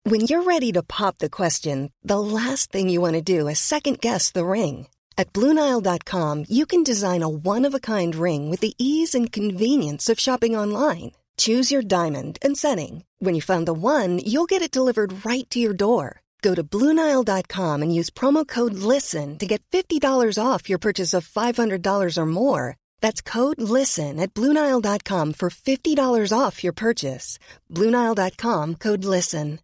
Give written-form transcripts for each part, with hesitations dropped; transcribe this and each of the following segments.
When you're ready to pop the question, the last thing you want to do is second-guess the ring. At BlueNile.com, you can design a one-of-a-kind ring with the ease and convenience of shopping online. Choose your diamond and setting. When you find the one, you'll get it delivered right to your door. Go to BlueNile.com and use promo code LISTEN to get $50 off your purchase of $500 or more. That's code LISTEN at BlueNile.com for $50 off your purchase. BlueNile.com, code LISTEN.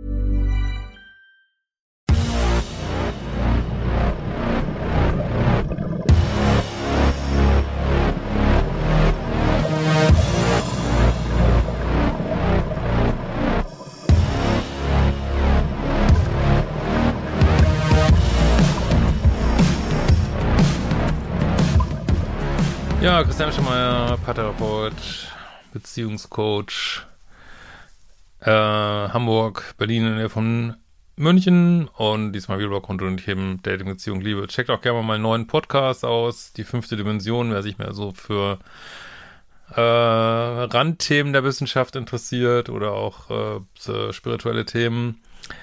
Ja, Christian Schemeier, Paartherapeut, Beziehungscoach, Hamburg, Berlin in der Nähe von München und diesmal wieder über rund um die Themen Dating, Beziehung, Liebe. Checkt auch gerne mal meinen neuen Podcast aus, die 5. Dimension, wer sich mehr so für Randthemen der Wissenschaft interessiert oder auch spirituelle Themen.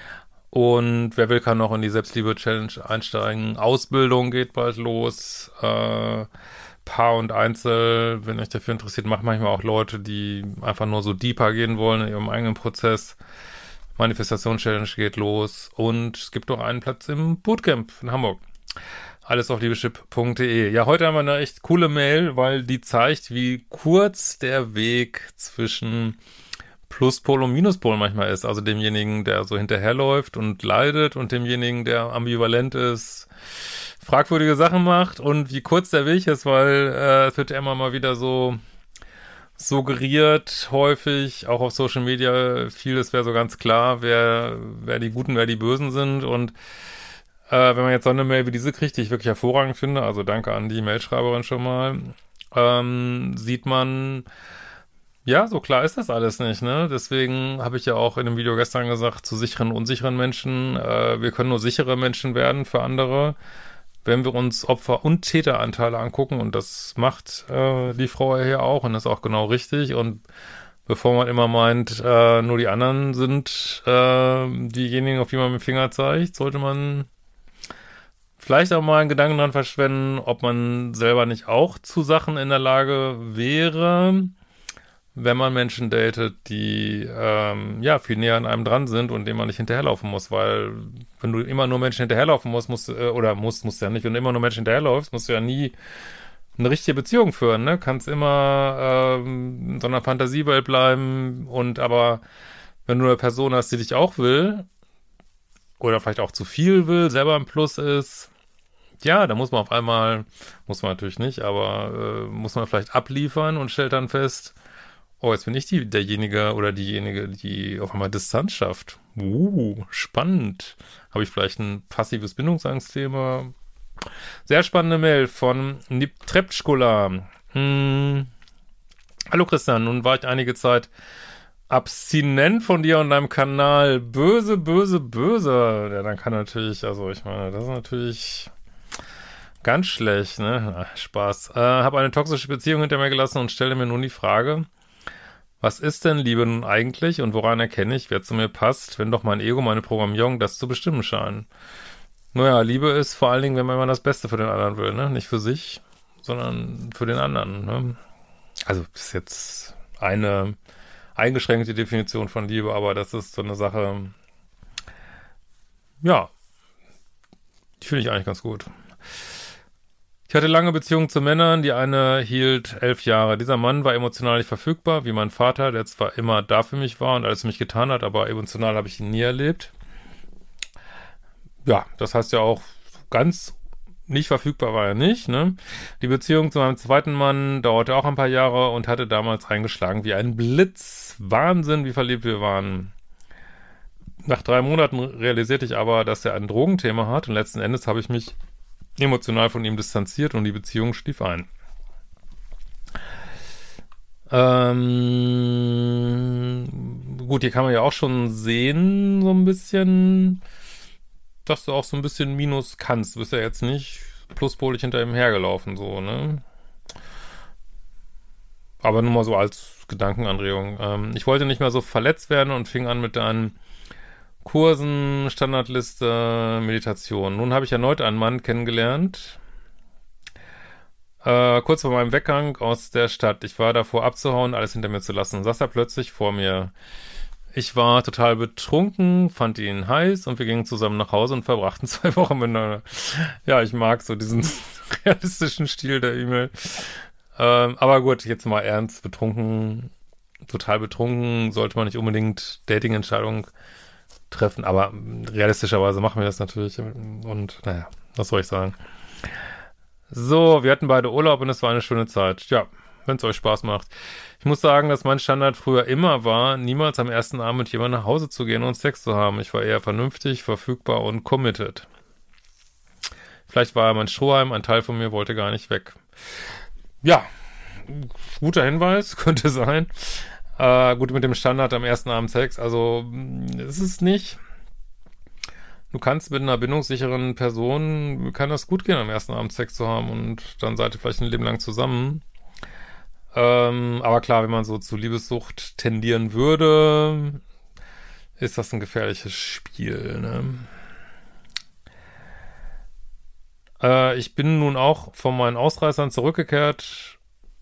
Und wer will, kann noch in die Selbstliebe-Challenge einsteigen. Ausbildung geht bald los, Paar und Einzel, wenn euch dafür interessiert, machen manchmal auch Leute, die einfach nur so deeper gehen wollen in ihrem eigenen Prozess. Manifestation-Challenge geht los und es gibt auch einen Platz im Bootcamp in Hamburg. Alles auf liebeschip.de. Ja, heute haben wir eine echt coole Mail, weil die zeigt, wie kurz der Weg zwischen Pluspol und Minuspol manchmal ist. Also demjenigen, der so hinterherläuft und leidet und demjenigen, der ambivalent ist, fragwürdige Sachen macht und wie kurz der Weg ist, weil es wird ja immer mal wieder so suggeriert, häufig, auch auf Social Media, vieles wäre so ganz klar, wer die Guten, wer die Bösen sind und wenn man jetzt so eine Mail wie diese kriegt, die ich wirklich hervorragend finde, also danke an die Mailschreiberin schon mal, sieht man, ja, so klar ist das alles nicht, ne? Deswegen habe ich ja auch in dem Video gestern gesagt, zu sicheren, unsicheren Menschen, wir können nur sichere Menschen werden für andere, wenn wir uns Opfer- und Täteranteile angucken, und das macht die Frau hier auch, und das ist auch genau richtig, und bevor man immer meint, nur die anderen sind diejenigen, auf die man mit dem Finger zeigt, sollte man vielleicht auch mal einen Gedanken dran verschwenden, ob man selber nicht auch zu Sachen in der Lage wäre, wenn man Menschen datet, die viel näher an einem dran sind und denen man nicht hinterherlaufen muss, weil wenn du immer nur Menschen hinterherlaufen musst ja nicht, wenn du immer nur Menschen hinterherläufst, musst du ja nie eine richtige Beziehung führen, ne? Kannst immer in so einer Fantasiewelt bleiben aber wenn du eine Person hast, die dich auch will oder vielleicht auch zu viel will, selber im Plus ist, ja, da muss man natürlich nicht, aber muss man vielleicht abliefern und stellt dann fest, oh, jetzt bin ich derjenige oder diejenige, die auf einmal Distanz schafft. Spannend. Habe ich vielleicht ein passives Bindungsangstthema? Sehr spannende Mail von Treptschkola. Hallo Christian, nun war ich einige Zeit abstinent von dir und deinem Kanal. Böse, böse, böse. Ja, dann kann natürlich, also ich meine, das ist natürlich ganz schlecht, ne? Spaß. Habe eine toxische Beziehung hinter mir gelassen und stelle mir nun die Frage, was ist denn Liebe nun eigentlich und woran erkenne ich, wer zu mir passt, wenn doch mein Ego, meine Programmierung das zu bestimmen scheinen? Naja, Liebe ist vor allen Dingen, wenn man immer das Beste für den anderen will, ne? Nicht für sich, sondern für den anderen, ne? Also, das ist jetzt eine eingeschränkte Definition von Liebe, aber das ist so eine Sache, ja, die finde ich eigentlich ganz gut. Ich hatte lange Beziehungen zu Männern, die eine hielt 11 Jahre. Dieser Mann war emotional nicht verfügbar, wie mein Vater, der zwar immer da für mich war und alles für mich getan hat, aber emotional habe ich ihn nie erlebt. Ja, das heißt ja auch, ganz nicht verfügbar war er nicht, ne? Die Beziehung zu meinem zweiten Mann dauerte auch ein paar Jahre und hatte damals eingeschlagen wie ein Blitz. Wahnsinn, wie verliebt wir waren. Nach 3 Monaten realisierte ich aber, dass er ein Drogenthema hat und letzten Endes habe ich mich emotional von ihm distanziert und die Beziehung schlief ein. Gut, hier kann man ja auch schon sehen, so ein bisschen, dass du auch so ein bisschen Minus kannst. Du bist ja jetzt nicht pluspolig hinter ihm hergelaufen, so, ne? Aber nur mal so als Gedankenanregung. Ich wollte nicht mehr so verletzt werden und fing an mit deinen Kursen, Standardliste, Meditation. Nun habe ich erneut einen Mann kennengelernt, kurz vor meinem Weggang aus der Stadt. Ich war davor abzuhauen, alles hinter mir zu lassen. Saß er plötzlich vor mir. Ich war total betrunken, fand ihn heiß und wir gingen zusammen nach Hause und verbrachten 2 Wochen miteinander. Ja, ich mag so diesen realistischen Stil der E-Mail. Aber gut, jetzt mal ernst, total betrunken, sollte man nicht unbedingt Dating-Entscheidungen treffen, aber realistischerweise machen wir das natürlich und naja, was soll ich sagen. So, wir hatten beide Urlaub und es war eine schöne Zeit. Ja, wenn es euch Spaß macht. Ich muss sagen, dass mein Standard früher immer war, niemals am ersten Abend mit jemandem nach Hause zu gehen und Sex zu haben. Ich war eher vernünftig, verfügbar und committed. Vielleicht war er mein Strohhalm, ein Teil von mir wollte gar nicht weg. Ja, guter Hinweis, könnte sein. Gut, mit dem Standard am ersten Abend Sex, also ist es nicht. Du kannst mit einer bindungssicheren Person, kann das gut gehen, am ersten Abend Sex zu haben und dann seid ihr vielleicht ein Leben lang zusammen. Aber klar, wenn man so zu Liebessucht tendieren würde, ist das ein gefährliches Spiel, ne? Ich bin nun auch von meinen Ausreißern zurückgekehrt.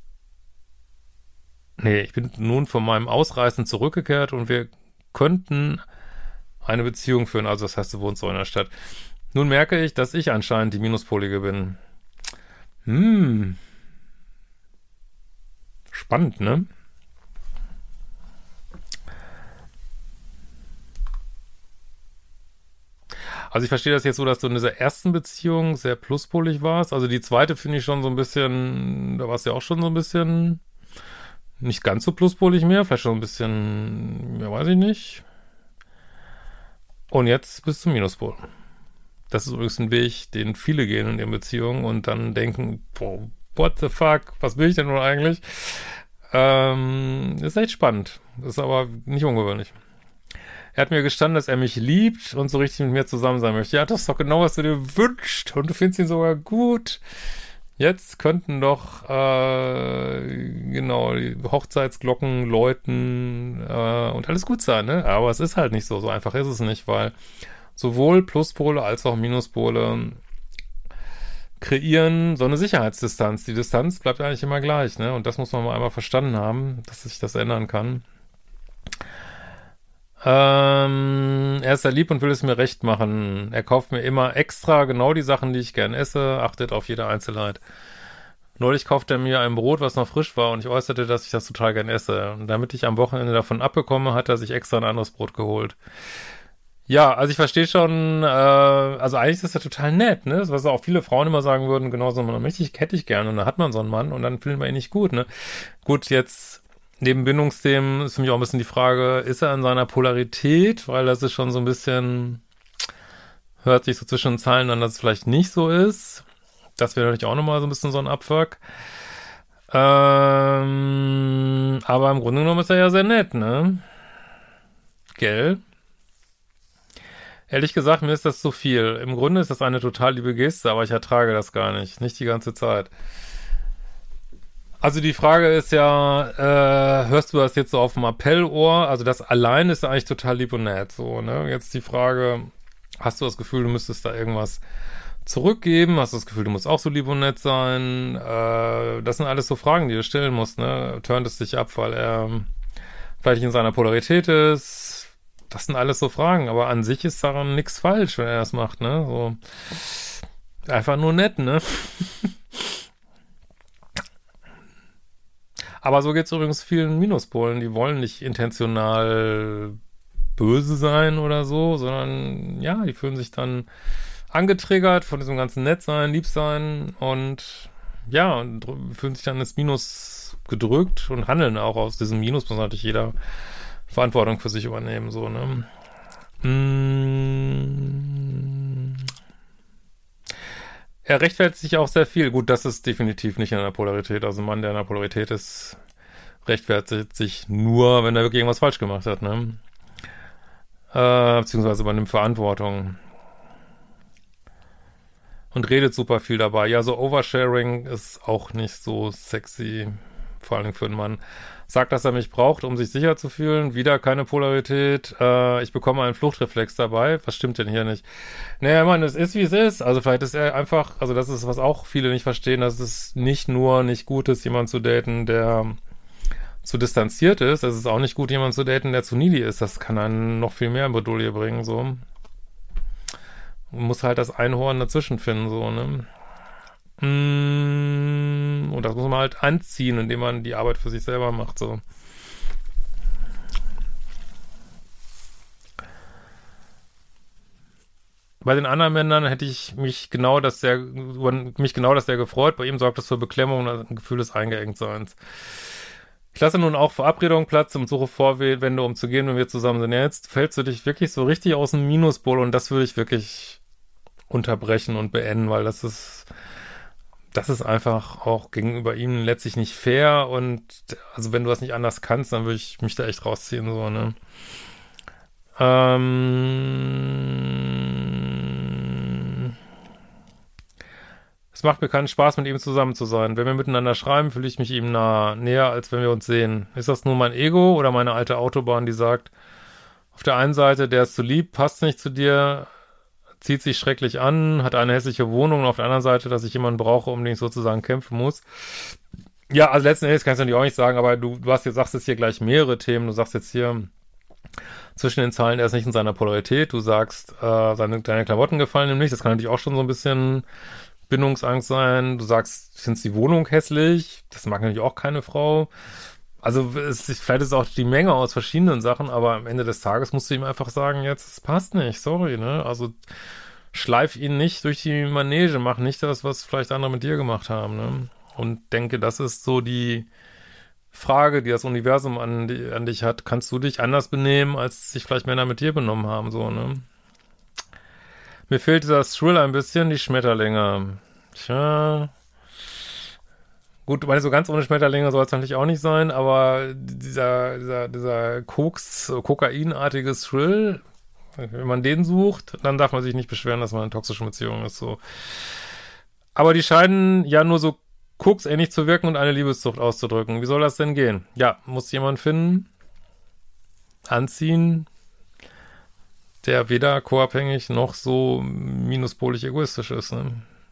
Nee, ich bin nun von meinem Ausreißen zurückgekehrt und wir könnten eine Beziehung führen. Also das heißt, du wohnst so in der Stadt. Nun merke ich, dass ich anscheinend die Minuspolige bin. Spannend, ne? Also ich verstehe das jetzt so, dass du in dieser ersten Beziehung sehr pluspolig warst. Also die zweite finde ich schon so ein bisschen, da warst du ja auch schon so ein bisschen nicht ganz so pluspolig mehr, vielleicht schon ein bisschen, ja, weiß ich nicht. Und jetzt bist du Minuspol. Das ist übrigens ein Weg, den viele gehen in ihren Beziehungen und dann denken, boah, what the fuck, was will ich denn nun eigentlich? Ist echt spannend. Ist aber nicht ungewöhnlich. Er hat mir gestanden, dass er mich liebt und so richtig mit mir zusammen sein möchte. Ja, das ist doch genau, was du dir wünschst. Und du findest ihn sogar gut. Jetzt könnten doch, genau, die Hochzeitsglocken läuten und alles gut sein, ne? Aber es ist halt nicht so. So einfach ist es nicht, weil sowohl Pluspole als auch Minuspole kreieren so eine Sicherheitsdistanz. Die Distanz bleibt eigentlich immer gleich, ne? Und das muss man mal einmal verstanden haben, dass sich das ändern kann. Er ist sehr lieb und will es mir recht machen. Er kauft mir immer extra genau die Sachen, die ich gern esse, achtet auf jede Einzelheit. Neulich kaufte er mir ein Brot, was noch frisch war und ich äußerte, dass ich das total gern esse. Und damit ich am Wochenende davon abbekomme, hat er sich extra ein anderes Brot geholt. Ja, also ich verstehe schon, also eigentlich ist das ja total nett, ne? Was auch viele Frauen immer sagen würden, genau so, man möchte ich, hätte ich gern. Und dann hat man so einen Mann und dann findet man ihn nicht gut, ne? Gut, jetzt neben Bindungsthemen ist für mich auch ein bisschen die Frage, ist er in seiner Polarität? Weil das ist schon so ein bisschen, hört sich so zwischen den Zeilen an, dass es vielleicht nicht so ist. Das wäre natürlich auch nochmal so ein bisschen so ein Abfuck. Aber im Grunde genommen ist er ja sehr nett, ne? Gell? Ehrlich gesagt, mir ist das zu viel. Im Grunde ist das eine total liebe Geste, aber ich ertrage das gar nicht. Nicht die ganze Zeit. Also die Frage ist ja, hörst du das jetzt so auf dem Appellohr? Also das allein ist eigentlich total lieb und nett, so, ne? Jetzt die Frage, hast du das Gefühl, du müsstest da irgendwas zurückgeben? Hast du das Gefühl, du musst auch so lieb und nett sein? Das sind alles so Fragen, die du stellen musst, ne? Turnt es dich ab, weil er vielleicht in seiner Polarität ist? Das sind alles so Fragen, aber an sich ist daran nichts falsch, wenn er das macht, ne? So, einfach nur nett, ne? Aber so geht's übrigens vielen Minuspolen, die wollen nicht intentional böse sein oder so, sondern ja, die fühlen sich dann angetriggert von diesem ganzen Nettsein, Liebsein und ja, und fühlen sich dann ins Minus gedrückt und handeln auch aus diesem Minus, muss natürlich jeder Verantwortung für sich übernehmen, so, ne? Er rechtfertigt sich auch sehr viel. Gut, das ist definitiv nicht in einer Polarität. Also ein Mann, der in einer Polarität ist, rechtfertigt sich nur, wenn er wirklich irgendwas falsch gemacht hat, ne? Beziehungsweise übernimmt Verantwortung. Und redet super viel dabei. Ja, so Oversharing ist auch nicht so sexy, vor allen Dingen für einen Mann. Sagt, dass er mich braucht, um sich sicher zu fühlen. Wieder keine Polarität. Ich bekomme einen Fluchtreflex dabei. Was stimmt denn hier nicht? Naja, Mann, es ist, wie es ist. Also vielleicht ist er einfach, also das ist, was auch viele nicht verstehen, dass es nicht nur nicht gut ist, jemanden zu daten, der zu distanziert ist. Es ist auch nicht gut, jemanden zu daten, der zu needy ist. Das kann einen noch viel mehr in Bredouille bringen, so. Man muss halt das Einhorn dazwischen finden, so, ne? Und das muss man halt anziehen, indem man die Arbeit für sich selber macht, so. Bei den anderen Männern hätte ich mich genau das sehr gefreut. Bei ihm sorgt das für Beklemmung und ein Gefühl des Eingeengtseins. Ich lasse nun auch Verabredungen Platz und suche Vorwände, um zu gehen, wenn wir zusammen sind. Ja, jetzt fällst du dich wirklich so richtig aus dem Minuspol und das würde ich wirklich unterbrechen und beenden, weil das ist einfach auch gegenüber ihm letztlich nicht fair und also wenn du das nicht anders kannst, dann würde ich mich da echt rausziehen, so, ne? Es macht mir keinen Spaß, mit ihm zusammen zu sein. Wenn wir miteinander schreiben, fühle ich mich ihm näher, als wenn wir uns sehen. Ist das nur mein Ego oder meine alte Autobahn, die sagt, auf der einen Seite, der ist zu lieb, passt nicht zu dir, zieht sich schrecklich an, hat eine hässliche Wohnung und auf der anderen Seite, dass ich jemanden brauche, um den ich sozusagen kämpfen muss. Ja, also letzten Endes kannst du natürlich auch nicht sagen, aber du sagst jetzt hier gleich mehrere Themen. Du sagst jetzt hier zwischen den Zeilen, er ist nicht in seiner Polarität. Du sagst, deine Klamotten gefallen ihm nicht. Das kann natürlich auch schon so ein bisschen Bindungsangst sein. Du sagst, findest die Wohnung hässlich. Das mag natürlich auch keine Frau. Also vielleicht ist es auch die Menge aus verschiedenen Sachen, aber am Ende des Tages musst du ihm einfach sagen, jetzt, es passt nicht, sorry, ne? Also schleif ihn nicht durch die Manege, mach nicht das, was vielleicht andere mit dir gemacht haben, ne? Und denke, das ist so die Frage, die das Universum an dich hat. Kannst du dich anders benehmen, als sich vielleicht Männer mit dir benommen haben, so, ne? Mir fehlt dieser Thrill ein bisschen, die Schmetterlinge. Tja. Gut, meine, so ganz ohne Schmetterlinge soll es natürlich auch nicht sein, aber dieser kokainartige Thrill, wenn man den sucht, dann darf man sich nicht beschweren, dass man in einer toxischen Beziehung ist, so. Aber die scheinen ja nur so koksähnlich zu wirken und eine Liebessucht auszudrücken. Wie soll das denn gehen? Ja, muss jemand finden, anziehen, der weder co-abhängig noch so minuspolig egoistisch ist, ne?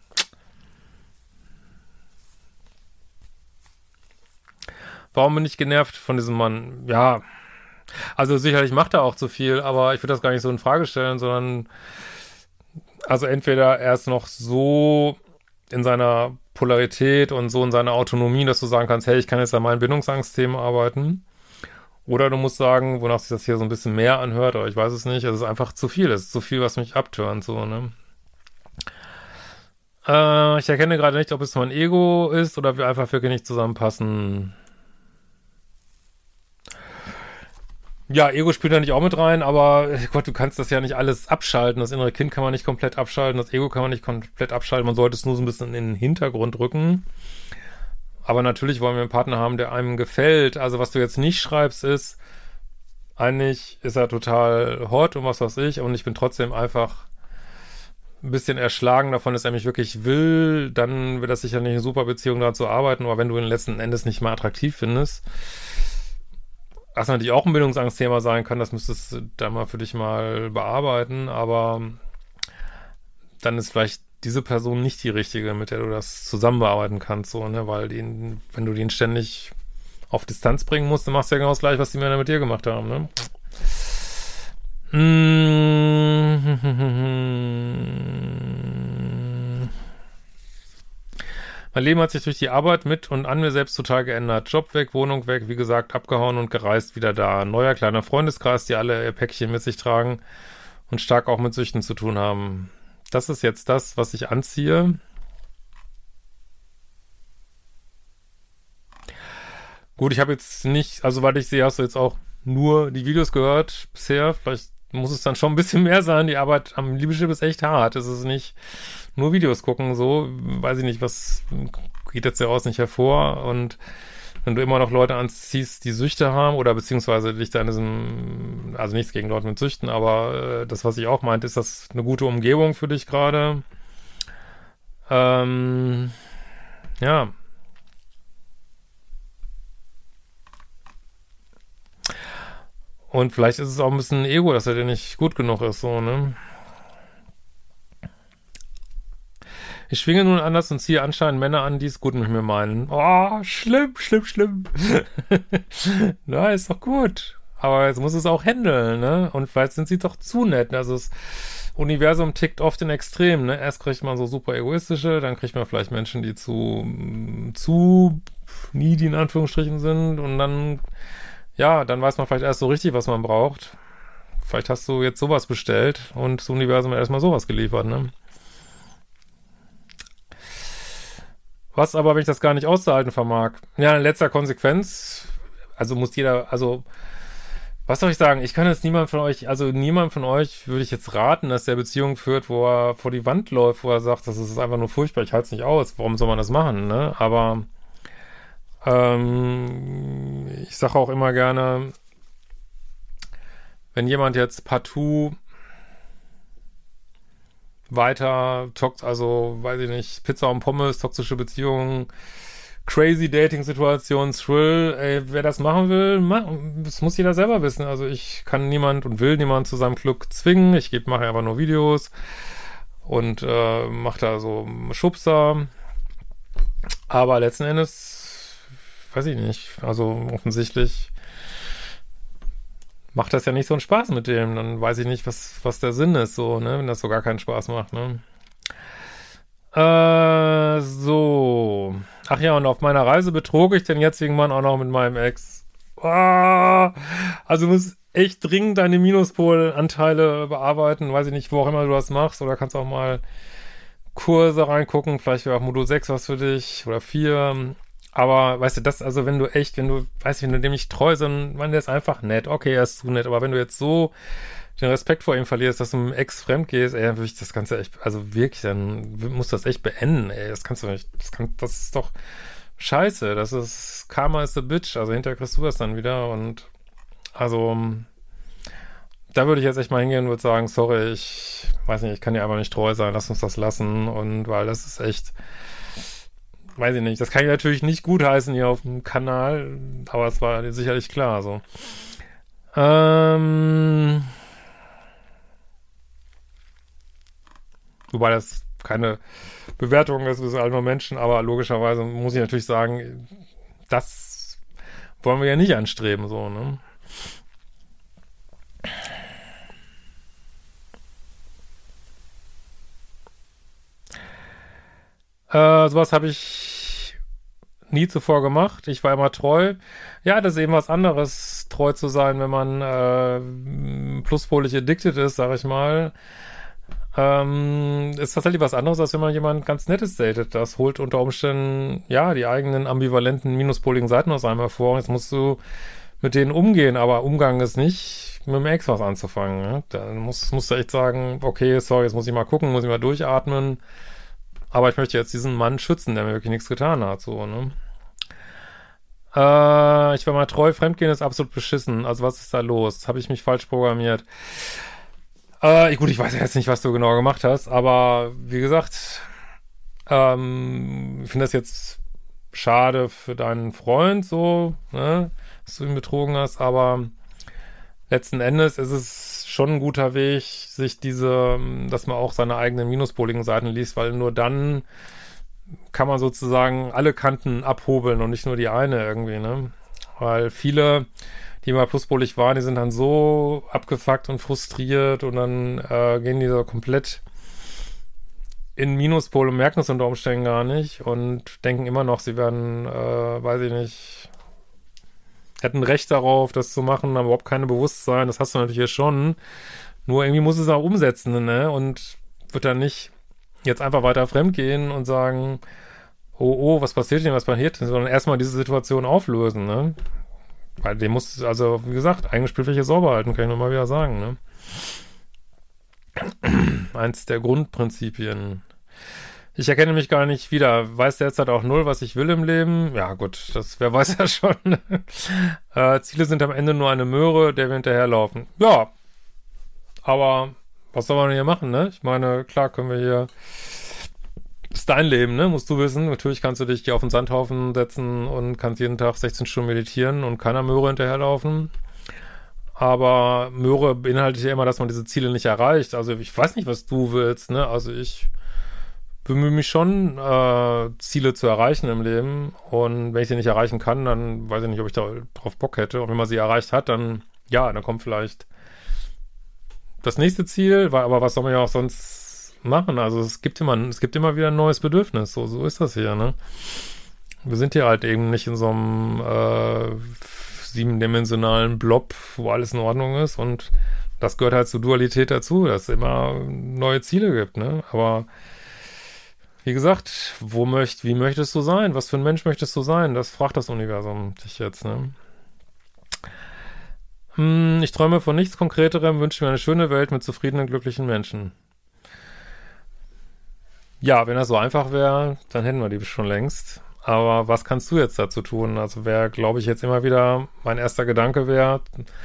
Warum bin ich genervt von diesem Mann? Ja, also sicherlich macht er auch zu viel, aber ich würde das gar nicht so in Frage stellen, sondern also entweder er ist noch so in seiner Polarität und so in seiner Autonomie, dass du sagen kannst, hey, ich kann jetzt an meinen Bindungsangstthemen arbeiten. Oder du musst sagen, wonach sich das hier so ein bisschen mehr anhört, aber ich weiß es nicht, es ist einfach zu viel, es ist zu viel, was mich abturnt, so, ne? Ich erkenne gerade nicht, ob es mein Ego ist oder wir einfach wirklich nicht zusammenpassen. Ja, Ego spielt da nicht auch mit rein, aber Gott, du kannst das ja nicht alles abschalten. Das innere Kind kann man nicht komplett abschalten, das Ego kann man nicht komplett abschalten. Man sollte es nur so ein bisschen in den Hintergrund rücken. Aber natürlich wollen wir einen Partner haben, der einem gefällt. Also was du jetzt nicht schreibst ist, eigentlich ist er total hot und was weiß ich und ich bin trotzdem einfach ein bisschen erschlagen davon, dass er mich wirklich will. Dann wird das sicherlich eine super Beziehung, daran zu arbeiten. Aber wenn du ihn letzten Endes nicht mal attraktiv findest, was natürlich auch ein Bindungsangstthema sein kann, das müsstest du da mal für dich mal bearbeiten, aber dann ist vielleicht diese Person nicht die richtige, mit der du das zusammen bearbeiten kannst, so, ne, weil wenn du den ständig auf Distanz bringen musst, dann machst du ja genau das gleiche, was die Männer mit dir gemacht haben, ne? Mein Leben hat sich durch die Arbeit mit und an mir selbst total geändert. Job weg, Wohnung weg, wie gesagt, abgehauen und gereist, wieder da. Neuer kleiner Freundeskreis, die alle ihr Päckchen mit sich tragen und stark auch mit Süchten zu tun haben. Das ist jetzt das, was ich anziehe. Gut, ich habe jetzt nicht, also weil ich sehe, hast du jetzt auch nur die Videos gehört bisher. Vielleicht muss es dann schon ein bisschen mehr sein. Die Arbeit am Liebeschip ist echt hart. Es ist nicht nur Videos gucken, so, weiß ich nicht, was geht jetzt daraus nicht hervor. Und wenn du immer noch Leute anziehst, die Süchte haben oder beziehungsweise dich da in diesem, also nichts gegen Leute mit Süchten, aber das, was ich auch meinte, ist das eine gute Umgebung für dich gerade? Ja. Und vielleicht ist es auch ein bisschen Ego, dass er dir nicht gut genug ist, so, ne? Ich schwinge nun anders und ziehe anscheinend Männer an, die es gut mit mir meinen. Oh, schlimm, schlimm, schlimm. Na, ist doch gut. Aber jetzt muss es auch handeln, ne? Und vielleicht sind sie doch zu nett. Also das Universum tickt oft in Extremen, ne? Erst kriegt man so super egoistische, dann kriegt man vielleicht Menschen, die zu needy in Anführungsstrichen sind und dann, ja, dann weiß man vielleicht erst so richtig, was man braucht. Vielleicht hast du jetzt sowas bestellt und das Universum hat erstmal sowas geliefert, ne? Was aber, wenn ich das gar nicht auszuhalten vermag? Ja, in letzter Konsequenz, also muss jeder, also, was soll ich sagen? Ich kann jetzt niemand von euch würde ich jetzt raten, dass der Beziehung führt, wo er vor die Wand läuft, wo er sagt, das ist einfach nur furchtbar, ich halte es nicht aus, warum soll man das machen, ne? Aber, ich sage auch immer gerne, wenn jemand jetzt partout weiter, also, weiß ich nicht, Pizza und Pommes, toxische Beziehungen, crazy Dating-Situationen, Thrill, ey, wer das machen will, das muss jeder selber wissen. Also ich kann niemand und will niemand zu seinem Glück zwingen. Mache einfach nur Videos und mache da so Schubser. Aber letzten Endes, weiß ich nicht, also offensichtlich macht das ja nicht so einen Spaß mit dem, dann weiß ich nicht, was der Sinn ist, so, ne, wenn das so gar keinen Spaß macht, ne. So. Ach ja, und auf meiner Reise betrog ich den jetzigen Mann auch noch mit meinem Ex. Also du musst echt dringend deine Minuspolanteile bearbeiten, weiß ich nicht, wo auch immer du das machst, oder kannst auch mal Kurse reingucken, vielleicht wäre auch Modul 6 was für dich, oder 4. Aber, weißt du, also wenn du dem nicht treu bist, dann der ist einfach nett. Okay, er ist zu nett, aber wenn du jetzt so den Respekt vor ihm verlierst, dass du mit dem Ex fremd gehst, ey, dann würde ich das Ganze echt, also wirklich, dann musst du das echt beenden, ey. Das kannst du nicht, das ist doch scheiße. Karma is a bitch. Also hinterher kriegst du das dann wieder und, also, da würde ich jetzt echt mal hingehen und würde sagen, sorry, ich weiß nicht, ich kann dir einfach nicht treu sein, lass uns das lassen und, weil das ist echt, weiß ich nicht, das kann ich natürlich nicht gutheißen hier auf dem Kanal, aber es war dir sicherlich klar, so. Wobei das keine Bewertung ist, wir sind alle nur Menschen, aber logischerweise muss ich natürlich sagen, das wollen wir ja nicht anstreben, so, ne? Sowas habe ich nie zuvor gemacht. Ich war immer treu. Ja, das ist eben was anderes, treu zu sein, wenn man pluspolig addicted ist, sag ich mal. Ist tatsächlich was anderes, als wenn man jemand ganz Nettes datet. Das holt unter Umständen, ja, die eigenen ambivalenten, minuspoligen Seiten aus einem hervor. Jetzt musst du mit denen umgehen, aber Umgang ist nicht, mit dem Ex was anzufangen. Ne? Dann musst du echt sagen, okay, sorry, jetzt muss ich mal gucken, muss ich mal durchatmen. Aber ich möchte jetzt diesen Mann schützen, der mir wirklich nichts getan hat, so, ne? Ich war mal treu, Fremdgehen ist absolut beschissen. Also was ist da los? Habe ich mich falsch programmiert? Gut, ich weiß ja jetzt nicht, was du genau gemacht hast, aber wie gesagt, ich finde das jetzt schade für deinen Freund, so, ne, dass du ihn betrogen hast, aber letzten Endes ist es schon ein guter Weg, dass man auch seine eigenen minuspoligen Seiten liest, weil nur dann kann man sozusagen alle Kanten abhobeln und nicht nur die eine irgendwie, ne? Weil viele, die mal pluspolig waren, die sind dann so abgefuckt und frustriert und dann gehen die so komplett in Minuspol und merken es unter Umständen gar nicht und denken immer noch, sie werden, weiß ich nicht, hätten Recht darauf, das zu machen, haben überhaupt keine Bewusstsein, das hast du natürlich hier schon. Nur irgendwie muss es auch umsetzen, ne? Und wird dann nicht jetzt einfach weiter fremdgehen und sagen, oh, was passiert denn, was passiert denn, sondern erstmal diese Situation auflösen, ne? Weil dem muss, also wie gesagt, eigene Spielfläche sauber halten, kann ich nur mal wieder sagen, ne? Eins der Grundprinzipien. Ich erkenne mich gar nicht wieder. Weiß derzeit auch null, was ich will im Leben? Ja gut, wer weiß ja schon. Ziele sind am Ende nur eine Möhre, der wir hinterherlaufen. Ja, aber was soll man hier machen, ne? Ich meine, klar können wir hier, das ist dein Leben, ne? Musst du wissen. Natürlich kannst du dich hier auf den Sandhaufen setzen und kannst jeden Tag 16 Stunden meditieren und keiner Möhre hinterherlaufen. Aber Möhre beinhaltet ja immer, dass man diese Ziele nicht erreicht. Also ich weiß nicht, was du willst, ne? Also ich bemühe mich schon, Ziele zu erreichen im Leben. Und wenn ich sie nicht erreichen kann, dann weiß ich nicht, ob ich da drauf Bock hätte. Und wenn man sie erreicht hat, dann, ja, dann kommt vielleicht das nächste Ziel. Aber was soll man ja auch sonst machen? Also es gibt immer wieder ein neues Bedürfnis. So ist das hier, ne? Wir sind hier halt eben nicht in so einem, siebendimensionalen Blob, wo alles in Ordnung ist, und das gehört halt zur Dualität dazu, dass es immer neue Ziele gibt, ne? Aber wie gesagt, wie möchtest du sein? Was für ein Mensch möchtest du sein? Das fragt das Universum dich jetzt, ne? Ich träume von nichts Konkreterem, wünsche mir eine schöne Welt mit zufriedenen, glücklichen Menschen. Ja, wenn das so einfach wäre, dann hätten wir die schon längst. Aber was kannst du jetzt dazu tun? Also glaube ich, jetzt immer wieder mein erster Gedanke wäre,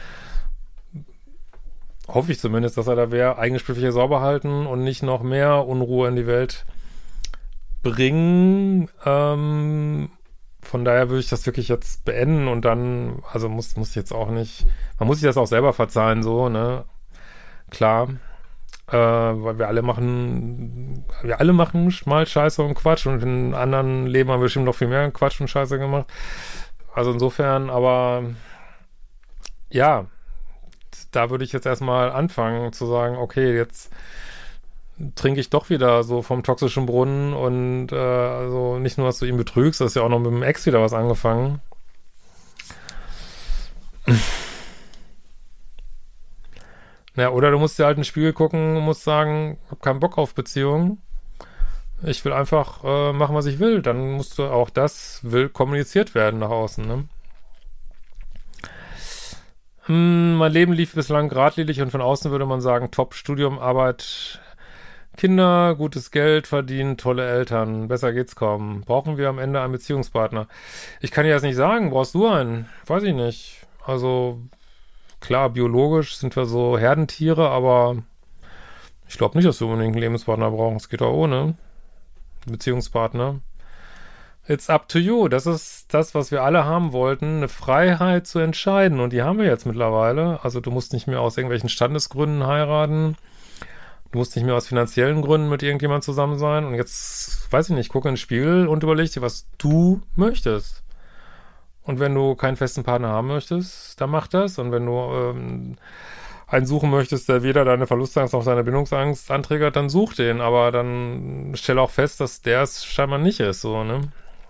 hoffe ich zumindest, dass er da wäre, eigene Spielfläche sauber halten und nicht noch mehr Unruhe in die Welt bringen. Von daher würde ich das wirklich jetzt beenden und dann, also muss jetzt auch nicht, man muss sich das auch selber verzeihen, so, ne? Klar. Weil wir alle machen mal Scheiße und Quatsch, und in anderen Leben haben wir bestimmt noch viel mehr Quatsch und Scheiße gemacht. Also insofern, aber ja, da würde ich jetzt erstmal anfangen zu sagen, okay, jetzt trinke ich doch wieder so vom toxischen Brunnen, und also nicht nur, dass du ihn betrügst, das ist ja auch noch mit dem Ex wieder was angefangen. Ja, oder du musst dir halt in den Spiegel gucken und musst sagen, ich hab keinen Bock auf Beziehungen. Ich will einfach machen, was ich will. Dann musst du auch will kommuniziert werden nach außen, ne? Mein Leben lief bislang geradlinig, und von außen würde man sagen, Top, Studium, Arbeit, Kinder, gutes Geld verdienen, tolle Eltern. Besser geht's kaum. Brauchen wir am Ende einen Beziehungspartner? Ich kann dir das nicht sagen. Brauchst du einen? Weiß ich nicht. Also klar, biologisch sind wir so Herdentiere, aber ich glaube nicht, dass wir unbedingt einen Lebenspartner brauchen. Es geht auch ohne Beziehungspartner. It's up to you. Das ist das, was wir alle haben wollten, eine Freiheit zu entscheiden. Und die haben wir jetzt mittlerweile. Also du musst nicht mehr aus irgendwelchen Standesgründen heiraten. Du musst nicht mehr aus finanziellen Gründen mit irgendjemandem zusammen sein. Und jetzt, weiß ich nicht, guck in den Spiegel und überleg dir, was du möchtest. Und wenn du keinen festen Partner haben möchtest, dann mach das. Und wenn du einen suchen möchtest, der weder deine Verlustangst noch deine Bindungsangst anträgert, dann such den. Aber dann stell auch fest, dass der es scheinbar nicht ist, so, ne?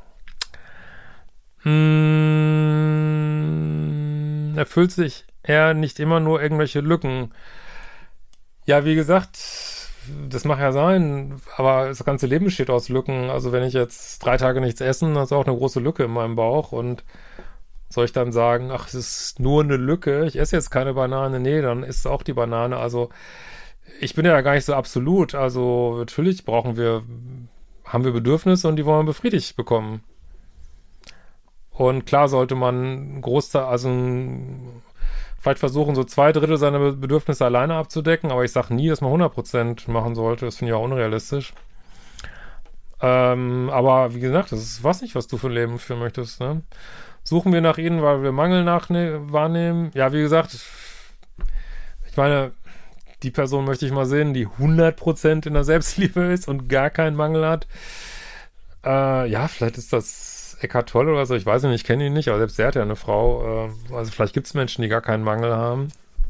Erfüllt sich er nicht immer nur irgendwelche Lücken? Ja, wie gesagt, das mag ja sein, aber das ganze Leben besteht aus Lücken. Also wenn ich jetzt 3 Tage nichts essen, dann ist auch eine große Lücke in meinem Bauch. Und soll ich dann sagen, ach, es ist nur eine Lücke, ich esse jetzt keine Banane? Nee, dann isst auch die Banane. Also ich bin ja gar nicht so absolut. Also natürlich haben wir Bedürfnisse, und die wollen wir befriedigt bekommen. Und klar sollte man vielleicht versuchen, so 2/3 seiner Bedürfnisse alleine abzudecken, aber ich sage nie, dass man 100% machen sollte. Das finde ich auch unrealistisch. Aber wie gesagt, das ist was du für ein Leben führen möchtest, ne? Suchen wir nach ihnen, weil wir Mangel wahrnehmen? Ja, wie gesagt, ich meine, die Person möchte ich mal sehen, die 100% in der Selbstliebe ist und gar keinen Mangel hat. Ja, vielleicht ist das Eckhart Tolle oder so, ich weiß nicht, ich kenne ihn nicht, aber selbst er hat ja eine Frau. Also vielleicht gibt es Menschen, die gar keinen Mangel haben.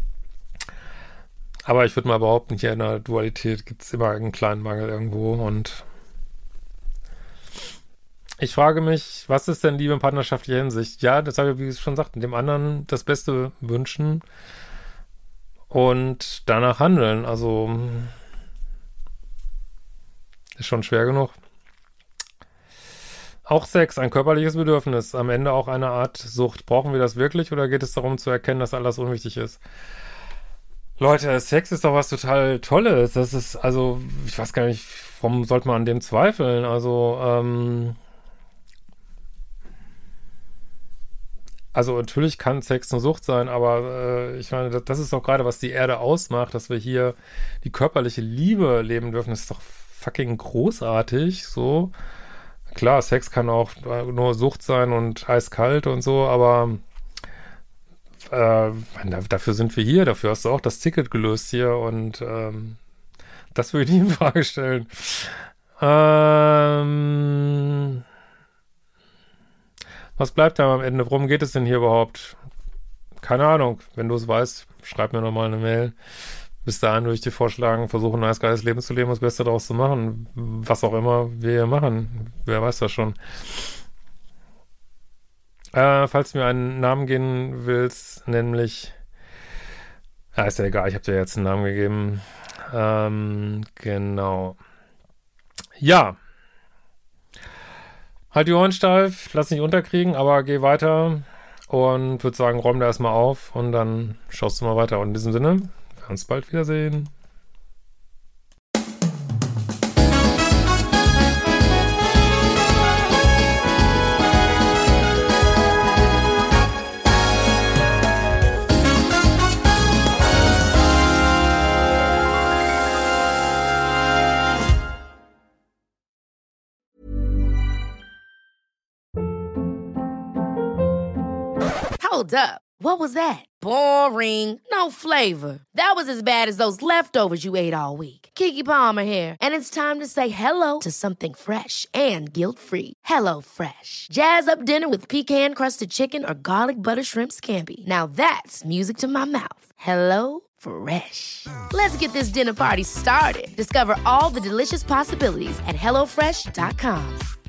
Aber ich würde mal behaupten, hier in der Dualität gibt es immer einen kleinen Mangel irgendwo. Und ich frage mich, was ist denn Liebe in partnerschaftlicher Hinsicht? Ja, das habe ich, wie ich schon sagte, dem anderen das Beste wünschen und danach handeln. Also ist schon schwer genug. Auch Sex, ein körperliches Bedürfnis, am Ende auch eine Art Sucht. Brauchen wir das wirklich, oder geht es darum zu erkennen, dass alles unwichtig ist? Leute, Sex ist doch was total Tolles. Das ist, also, ich weiß gar nicht, warum sollte man an dem zweifeln? Also natürlich kann Sex eine Sucht sein, aber ich meine, das ist doch gerade, was die Erde ausmacht, dass wir hier die körperliche Liebe leben dürfen. Das ist doch fucking großartig, so. Klar, Sex kann auch nur Sucht sein und eiskalt und so, aber dafür sind wir hier, dafür hast du auch das Ticket gelöst hier und das würde ich nie in Frage stellen. Was bleibt da am Ende? Worum geht es denn hier überhaupt? Keine Ahnung. Wenn du es weißt, schreib mir nochmal eine Mail. Bis dahin würde ich dir vorschlagen, versuche ein neues, geiles Leben zu leben, das Beste daraus zu machen. Was auch immer wir hier machen. Wer weiß das schon. Falls du mir einen Namen geben willst, nämlich... ist ja egal, ich habe dir jetzt einen Namen gegeben. Genau. Ja. Halt die Ohren steif, lass nicht unterkriegen, aber geh weiter und würde sagen, räum da erstmal auf und dann schaust du mal weiter. Und in diesem Sinne, wir werden uns bald wiedersehen. Hold up. What was that? Boring. No flavor. That was as bad as those leftovers you ate all week. Keke Palmer here, and it's time to say hello to something fresh and guilt-free. HelloFresh. Jazz up dinner with pecan-crusted chicken or garlic butter shrimp scampi. Now that's music to my mouth. HelloFresh. Let's get this dinner party started. Discover all the delicious possibilities at HelloFresh.com.